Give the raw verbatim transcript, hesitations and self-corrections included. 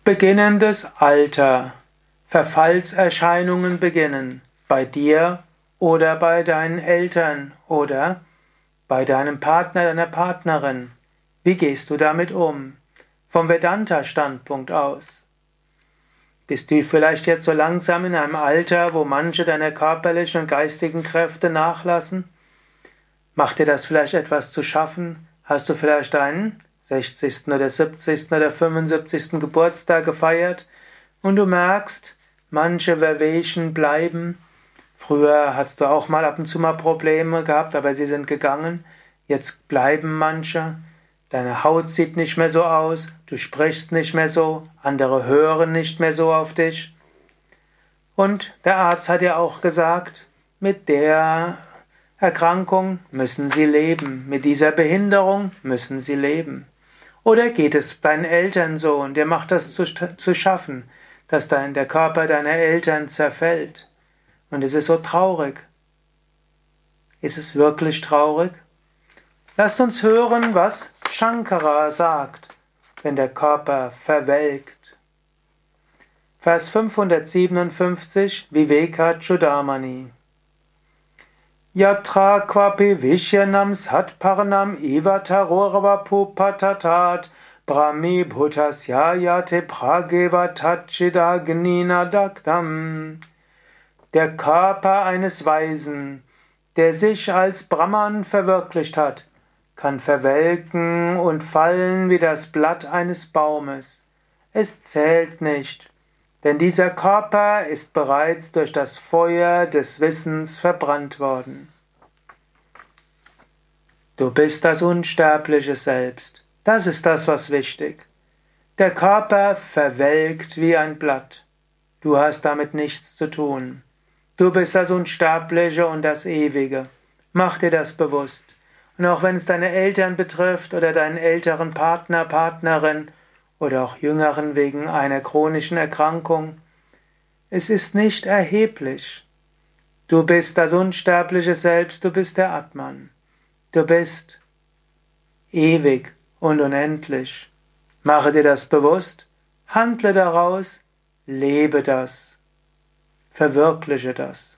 Beginnendes Alter. Verfallserscheinungen beginnen. Bei dir oder bei deinen Eltern oder bei deinem Partner, deiner Partnerin. Wie gehst du damit um? Vom Vedanta-Standpunkt aus. Bist du vielleicht jetzt so langsam in einem Alter, wo manche deiner körperlichen und geistigen Kräfte nachlassen? Macht dir das vielleicht etwas zu schaffen? Hast du vielleicht deinen sechzigsten oder siebzigsten oder fünfundsiebzigsten Geburtstag gefeiert und du merkst, manche Wehwehchen bleiben. Früher hast du auch mal ab und zu mal Probleme gehabt, aber sie sind gegangen. Jetzt bleiben manche. Deine Haut sieht nicht mehr so aus, du sprichst nicht mehr so, andere hören nicht mehr so auf dich. Und der Arzt hat ja auch gesagt, mit der Erkrankung müssen sie leben, mit dieser Behinderung müssen sie leben. Oder geht es deinen Eltern so und dir macht das zu, zu schaffen, dass dein, der Körper deiner Eltern zerfällt? Und es ist so traurig. Ist es wirklich traurig? Lasst uns hören, was Shankara sagt, wenn der Körper verwelkt. Vers fünfhundertsiebenundfünfzig, Vivekachudamani. Yatra quapi vishyanam satparnam ivatarorvapupatatat brahmi bhutasya yate prageva tachidagni dagdam. Der Körper eines Weisen, der sich als Brahman verwirklicht hat, kann verwelken und fallen wie das Blatt eines Baumes. Es zählt nicht, denn dieser Körper ist bereits durch das Feuer des Wissens verbrannt worden. Du bist das unsterbliche Selbst. Das ist das, was wichtig. Der Körper verwelkt wie ein Blatt. Du hast damit nichts zu tun. Du bist das Unsterbliche und das Ewige. Mach dir das bewusst. Und auch wenn es deine Eltern betrifft oder deinen älteren Partner, Partnerin oder auch Jüngeren wegen einer chronischen Erkrankung, es ist nicht erheblich. Du bist das unsterbliche Selbst, du bist der Atman. Du bist ewig und unendlich. Mache dir das bewusst, handle daraus, lebe das, verwirkliche das.